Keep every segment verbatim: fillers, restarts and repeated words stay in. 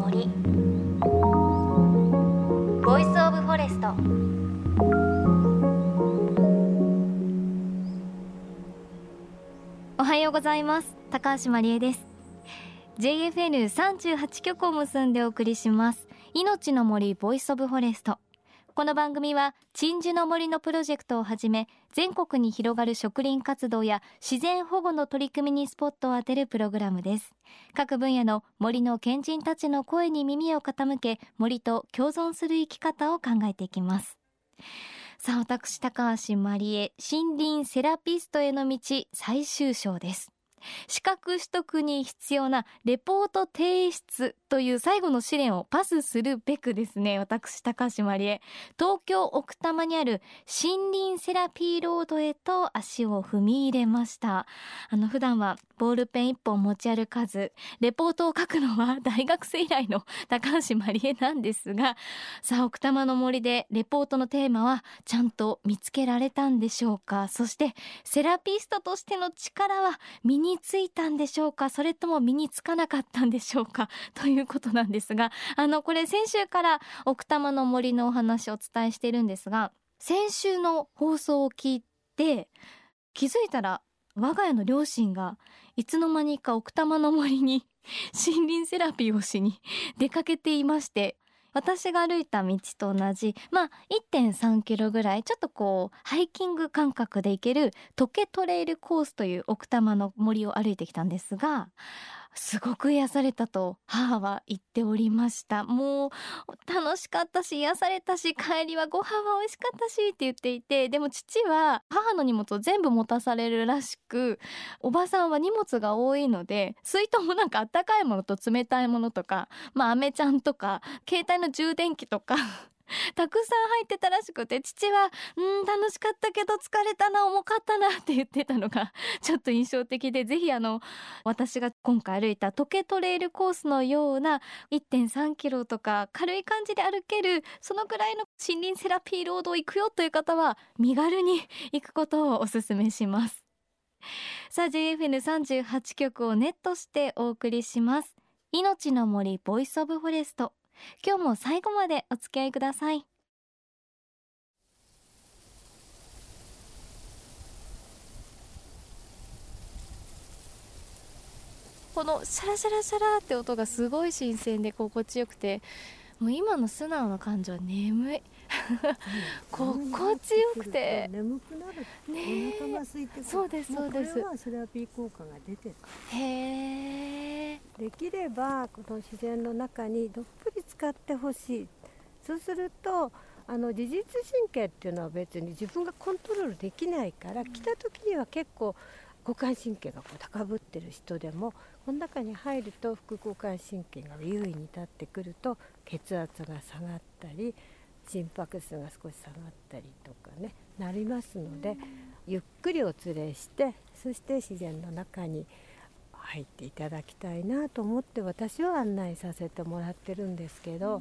森ボイスオブフォレスト。おはようございます。高橋真理恵です。 ジェイエフエヌさんじゅうはち 局を結んでお送りします命の森ボイスオブフォレスト。この番組は鎮守の森のプロジェクトをはじめ、全国に広がる植林活動や自然保護の取り組みにスポットを当てるプログラムです。各分野の森の賢人たちの声に耳を傾け、森と共存する生き方を考えていきます。さあ、私高橋真理恵、森林セラピストへの道最終章です。資格取得に必要なレポート提出という最後の試練をパスするべくですね、私高橋真理恵、東京奥多摩にある森林セラピーロードへと足を踏み入れました。あの普段はボールペン一本持ち歩かず、レポートを書くのは大学生以来の高橋真理恵なんですが、さあ奥多摩の森でレポートのテーマはちゃんと見つけられたんでしょうか。そしてセラピストとしての力は身についたんでしょうか、それとも身につかなかったんでしょうか、ということなんですが、あのこれ先週から奥多摩の森のお話をお伝えしているんですが、先週の放送を聞いて気づいたら我が家の両親がいつの間にか奥多摩の森に森林セラピーをしに出かけていまして、私が歩いた道と同じ、まあ いってんさんキロぐらい、ちょっとこうハイキング感覚で行けるトケトレイルコースという奥多摩の森を歩いてきたんですが、すごく癒されたと母は言っておりました。もう楽しかったし癒されたし、帰りはご飯は美味しかったしって言っていて、でも父は母の荷物を全部持たされるらしく、おばさんは荷物が多いので水筒もなんかあったかいものと冷たいものとか、まあ飴ちゃんとか携帯の充電器とかたくさん入ってたらしくて、父はうん楽しかったけど疲れたな、重かったなって言ってたのがちょっと印象的で、ぜひあの私が今回歩いたトケトレイルコースのような いってんさんキロとか軽い感じで歩ける、そのくらいの森林セラピーロードを行くよという方は身軽に行くことをお勧めします。さあ ジェイエフエヌさんじゅうはち 局をネットしてお送りします命の森ボイスオブフォレスト。今日も最後までお付き合いください。このシャラシャラシャラって音がすごい新鮮で心地よくて、もう今の素直な感情は眠い心地よくて眠くなる、 ね、 お腹が空いてくる。 そうですそうです。 これはセラピー効果が出てる。 へー、 できればこの自然の中にどっぷり使ってほしい。そうするとあの自律神経っていうのは別に自分がコントロールできないから、来た時には結構交感神経がこう高ぶってる人でも、この中に入ると副交感神経が優位に立ってくると血圧が下がったり心拍数が少し下がったりとかねなりますので、ゆっくりお連れして、そして自然の中に入っていただきたいなと思って私は案内させてもらってるんですけど、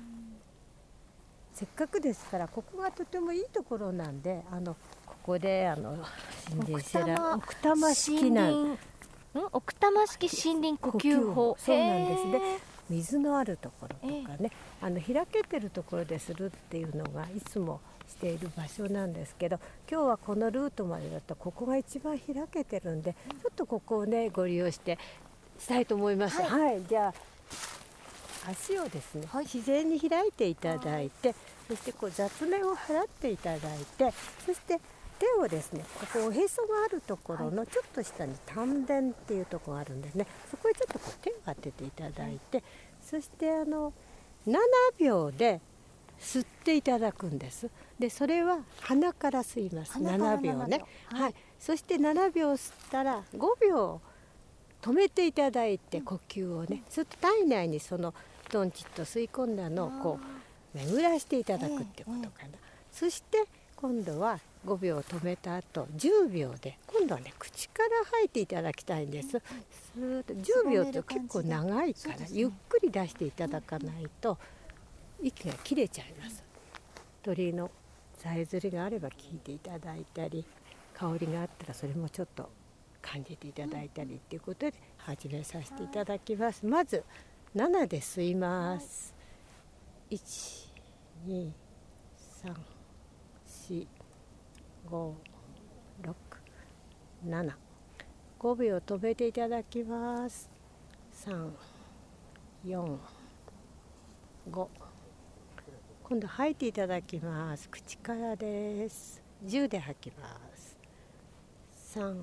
せっかくですからここがとてもいいところなんで、あのここであの森林セラ奥多摩式なん奥多摩式森林呼吸法。 そうなんです。で水のあるところとかね、あの開けてるところでするっていうのがいつもしている場所なんですけど、今日はこのルートまでだとここが一番開けてるんで、ちょっとここをねご利用してしたいと思います。はい、はい、じゃあ足をですね、はい、自然に開いていただいて、そしてこう雑念を払っていただいて、そして手をですね、ここおへそがあるところのちょっと下に丹田っていうところがあるんですね。そこへちょっとこう手を当てていただいて、そしてあのななびょうで吸っていただくんです。でそれは鼻から吸います。ななびょうね、はいはい、そしてななびょう吸ったらごびょう止めていただいて、呼吸をね、すると体内にそのドンチッと吸い込んだのをこう巡らしていただくってことかな、ええ、そして今度はごびょう止めた後じゅうびょうで今度はね口から吐いていただきたいんです。すーっとじゅうびょうって結構長いから、ね、ゆっくり出していただかないと息が切れちゃいます。鳥のさえずりがあれば聞いていただいたり、香りがあったらそれもちょっと感じていただいたりっていうことで始めさせていただきます。まずななで吸います。いち、に、さん、よん、ご、ろく、なな。ごびょう止めていただきます。さん、よん、ご。今度吐いていただきます。口からです。じゅうで吐きます。さん、よん、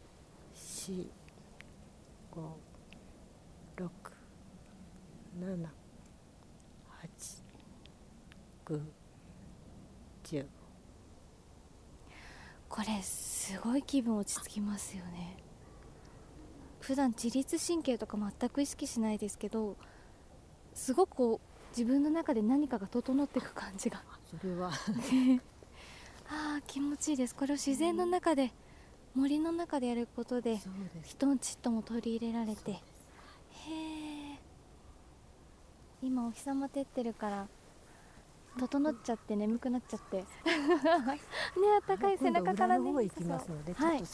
ご、ろく、なな、はち、きゅう、じゅう。 これすごい気分落ち着きますよね。普段自律神経とか全く意識しないですけど、すごくこう自分の中で何かが整っていく感じがそれはあー気持ちいいです。これを自然の中で、森の中でやることで人んちっとも取り入れられて、へえ。今お日様照ってるから整っちゃって眠くなっちゃってね、あったかい背中からね、 今度裏の方行きますので、ちょっと寒いです、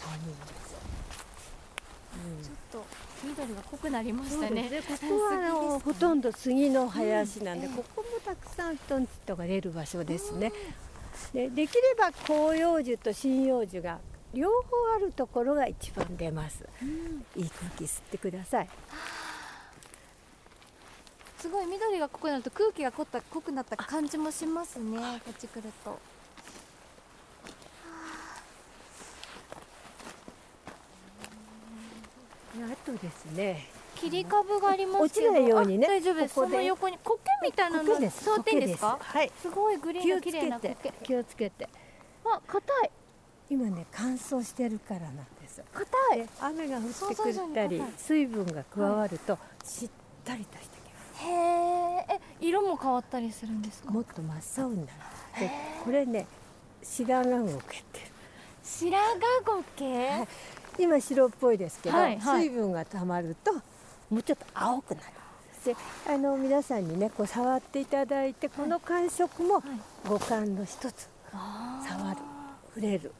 うん、ちょっと緑が濃くなりましたね。 ここはあのほとんど杉の林なんで、うん、ここもたくさん人んちとか出る場所ですね。で、できれば広葉樹と針葉樹が両方あるところが一番出ます、うん、いい空気吸ってください。 すごい緑が濃くなると空気が濃った濃くなった感じもしますね。こっち来るとあとですね、 切り株がありますけど、 落ちないようにね、 大丈夫です。その横に苔みたいなの触っていいんですか？ はい、 すごいグリーンの綺麗な苔。 気をつけて。 あ、硬い。 今ね、乾燥してるからなんですよ。 硬い。 雨が降ってくったり水分が加わるとしったりとしてきます。 へえ。え、色も変わったりするんですか？ もっと真っ青になる。で、これね、白髪苔って。 白髪苔、はい、 今白っぽいですけど、 はいはい、 水分がたまるともうちょっと青くなる。で、あの皆さんにね、こう触っていただいて、この感触も五感の一つ、はい、触る、触れる。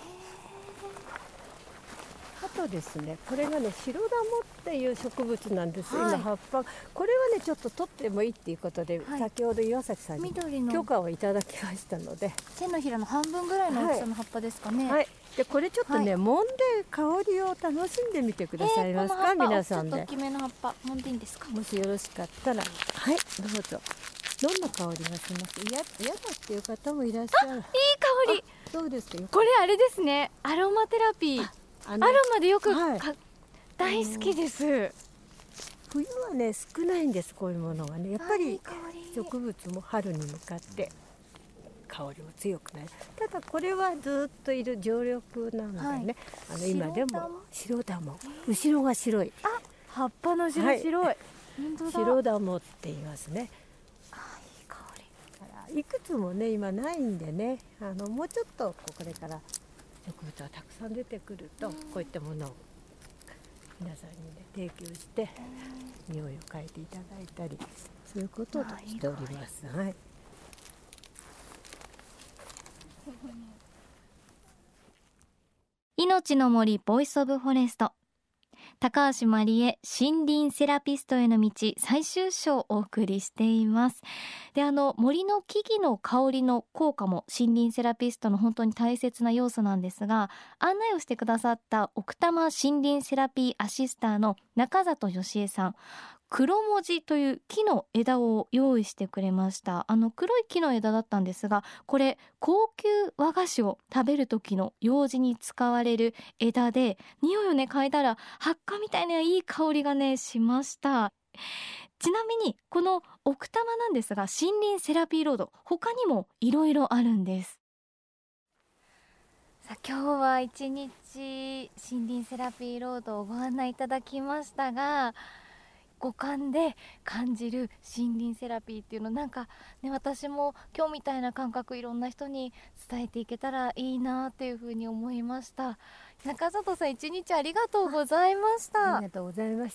あとですね、これがね、白ダモっていう植物なんです、はい、今葉っぱ。これはね、ちょっと取ってもいいっていうことで、はい、先ほど岩崎さんに許可をいただきましたので、 手のひらの半分ぐらいの大きさの葉っぱですかね。 はいはい、でこれちょっとね、はい、揉んで香りを楽しんでみてくださいますか、皆さんで。 ちょっと大きめの葉っぱ揉んでいいんですか？ もしよろしかったら、はい、どうぞ。どんな香りがします？嫌だっていう方もいらっしゃる。 いい香り。 そうですよ。 これあれですね、アロマテラピー。アロマでよく、はい、大好きです。 冬はね、少ないんです、こういうものがね。やっぱり植物も春に向かって香りも強くなる。ただこれはずっといる常緑なのでね、はい、あの今でも白ダモ、後ろが白い。 あ、葉っぱの後ろ白い、はい、本当だ。 白ダモって言いますね。 あ、いい香り。 いくつもね、今ないんでね、あのもうちょっとこれから植物がたくさん出てくると、こういったものを皆さんにね、提供して匂いを変えていただいたり、そういうことをしております。はい。 命の森ボイスオブフォレスト、高橋まりえ森林セラピストへの道最終章をお送りしています。で、あの森の木々の香りの効果も森林セラピストの本当に大切な要素なんですが、案内をしてくださった奥多摩森林セラピーアシスターの中里義恵さん、黒文字という木の枝を用意してくれました。あの黒い木の枝だったんですが、これ高級和菓子を食べる時の用紙に使われる枝で、匂いをね嗅いだら発火みたいないい香りがねしました。ちなみにこの奥多摩なんですが、森林セラピーロード他にもいろいろあるんです。さあ、今日は一日森林セラピーロードをご案内いただきましたが、五感で感じる森林セラピーっていうの、なんかね、私も今日みたいな感覚いろんな人に伝えていけたらいいなっていうふうに思いました。中里さん、一日ありがとうございました。 ありがとうございました。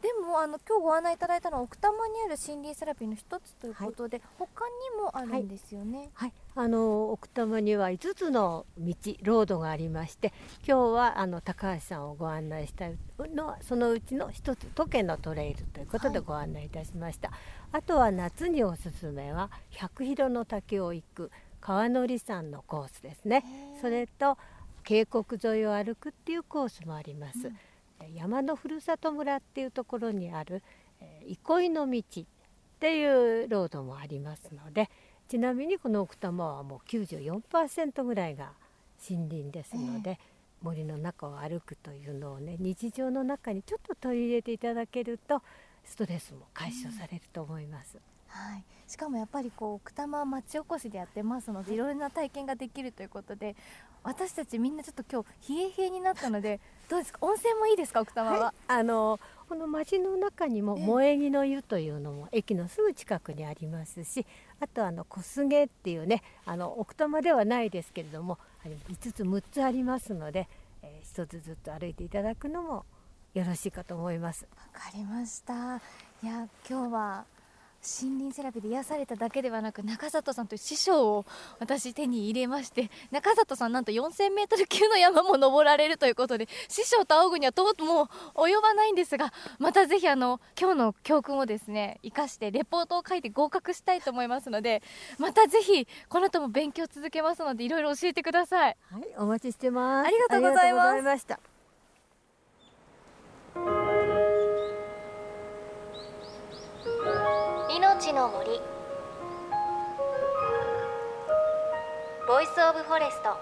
でもあの今日ご案内いただいたのは奥多摩にある森林セラピーの一つということで、はい、他にもあるんですよね。 はい、はい、あの奥多摩にはいつつの道ロードがありまして、今日はあの高橋さんをご案内したいのはそのうちの一つ都県のトレイルということでご案内いたしました。はい、あとは夏におすすめは百広の滝を行く川乗山のコースですね。それと渓谷沿いを歩くっていうコースもあります。うん、山のふるさと村っていうところにある、えー、憩いの道っていうロードもありますので、ちなみにこの奥多摩はもう きゅうじゅうよんパーセント ぐらいが森林ですので、えー、森の中を歩くというのをね、日常の中にちょっと取り入れていただけるとストレスも解消されると思います。うん、 はい、しかもやっぱりこう奥多摩町おこしでやってますので、いろいろな体験ができるということで、私たちみんなちょっと今日冷え冷えになったのでどうですか、温泉もいいですか奥多摩は。はい、 あのこの町の中にも萌え木の湯というのも駅のすぐ近くにありますし、あとあの小菅っていうね、あの奥多摩ではないですけれどもいつつむっつありますので、えー、ひとつずつ歩いていただくのもよろしいかと思います。 わかりました。いや今日は森林セラピーで癒されただけではなく、中里さんという師匠を私手に入れまして、中里さんなんとよんせんメートル級の山も登られるということで、師匠と仰ぐにはとうとうもう及ばないんですが、またぜひあの今日の教訓をですね生かしてレポートを書いて合格したいと思いますので、またぜひこの後も勉強続けますのでいろいろ教えてください。 はい、お待ちしてます。 ありがとうございます。命の森ボイスオブフォレスト。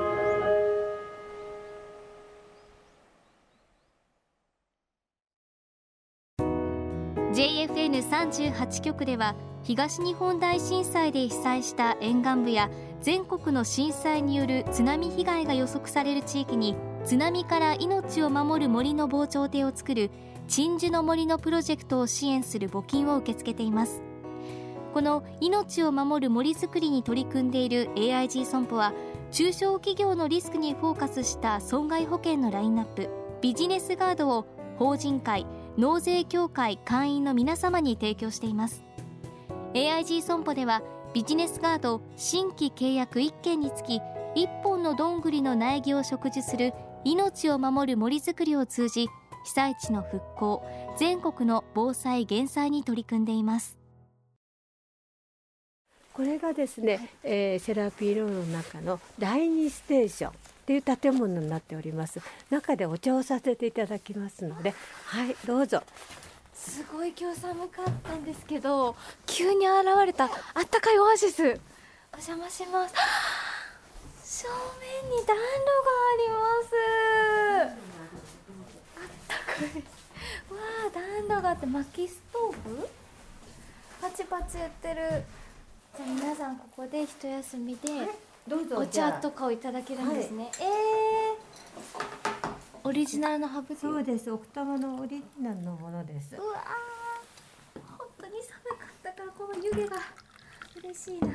ジェイエフエヌさんじゅうはち 局では東日本大震災で被災した沿岸部や全国の震災による津波被害が予測される地域に津波から命を守る森の防潮堤を作る鎮守の森のプロジェクトを支援する募金を受け付けています。この命を守る森づくりに取り組んでいる エーアイジー 損保は中小企業のリスクにフォーカスした損害保険のラインナップビジネスガードを法人会、納税協会会員の皆様に提供しています。 エーアイジー 損保ではビジネスガード新規契約いっけんにつきいっぽんのどんぐりの苗木を植樹する命を守る森づくりを通じ、被災地の復興、全国の防災減災に取り組んでいます。 これがですね、はい、えー、セラピーロードの中のだいにステーションっていう建物になっております。中でお茶をさせていただきますので、はい、どうぞ。 すごい今日寒かったんですけど、急に現れたあったかいオアシス、お邪魔します。正面に暖炉があります。あったかい。わあ、暖炉があって薪ストーブパチパチ言ってる。じゃあ皆さんここで一休みで、はい、どうぞお茶とかをいただけるんですね。はい、えー、オリジナルのハーブティー。 そうです、奥多摩のオリジナルのものです。 うわー、本当に寒かったからこの湯気が嬉しいな。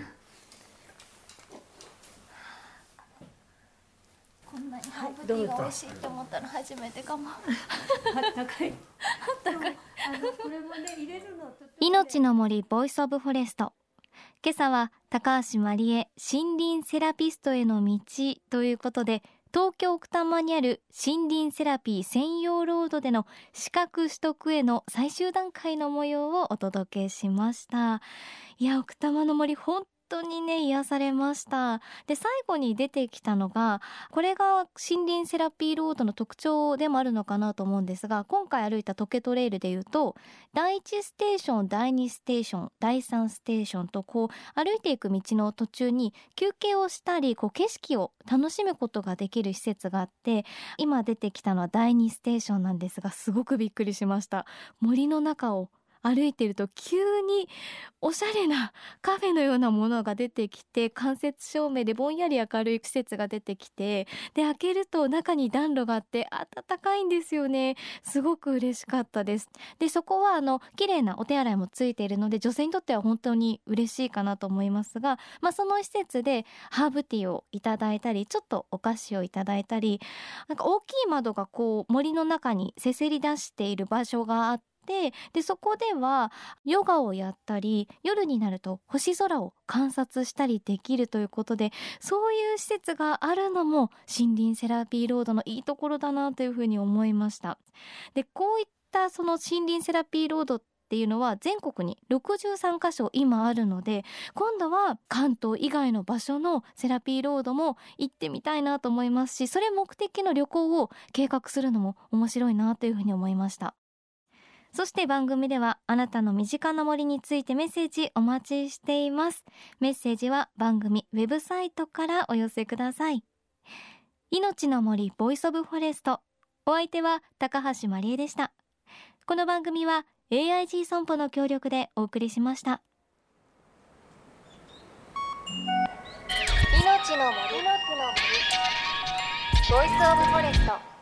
こんなにハーブティーが美味しいって思ったの初めてかも。あったかい。あったかい。あのこれもね入れるの。命の森ボイスオブフォレスト。今朝は高橋まりえ森林セラピストへの道ということで、東京奥多摩にある森林セラピー専用ロードでの資格取得への最終段階の模様をお届けしました。いや、奥多摩の森本当にね癒されました。で、最後に出てきたのが、これが森林セラピーロードの特徴でもあるのかなと思うんですが、今回歩いたトケトレイルでいうとだいいちステーション、だいにステーション、だいさんステーションとこう歩いていく道の途中に休憩をしたり、こう景色を楽しむことができる施設があって、今出てきたのはだいにステーションなんですが、すごくびっくりしました。森の中を歩いていると急におしゃれなカフェのようなものが出てきて、間接照明でぼんやり明るい施設が出てきて、で開けると中に暖炉があって暖かいんですよね。すごく嬉しかったです。で、そこはあの綺麗なお手洗いもついているので、女性にとっては本当に嬉しいかなと思いますが、まあ、その施設でハーブティーをいただいたり、ちょっとお菓子をいただいたり、なんか大きい窓がこう森の中にせせり出している場所があって、 て、でそこではヨガをやったり、夜になると星空を観察したりできるということで、そういう施設があるのも森林セラピーロードのいいところだなというふうに思いました。でこういったその森林セラピーロードっていうのは全国にろくじゅうさんかしょ今あるので、今度は関東以外の場所のセラピーロードも行ってみたいなと思いますし、それ目的の旅行を計画するのも面白いなというふうに思いました。そして番組ではあなたの身近な森についてメッセージお待ちしています。メッセージは番組ウェブサイトからお寄せください。命の森ボイスオブフォレスト、お相手は高橋まりえでした。この番組は エーアイジー 損保の協力でお送りしました。命の森ボイスオブフォレスト。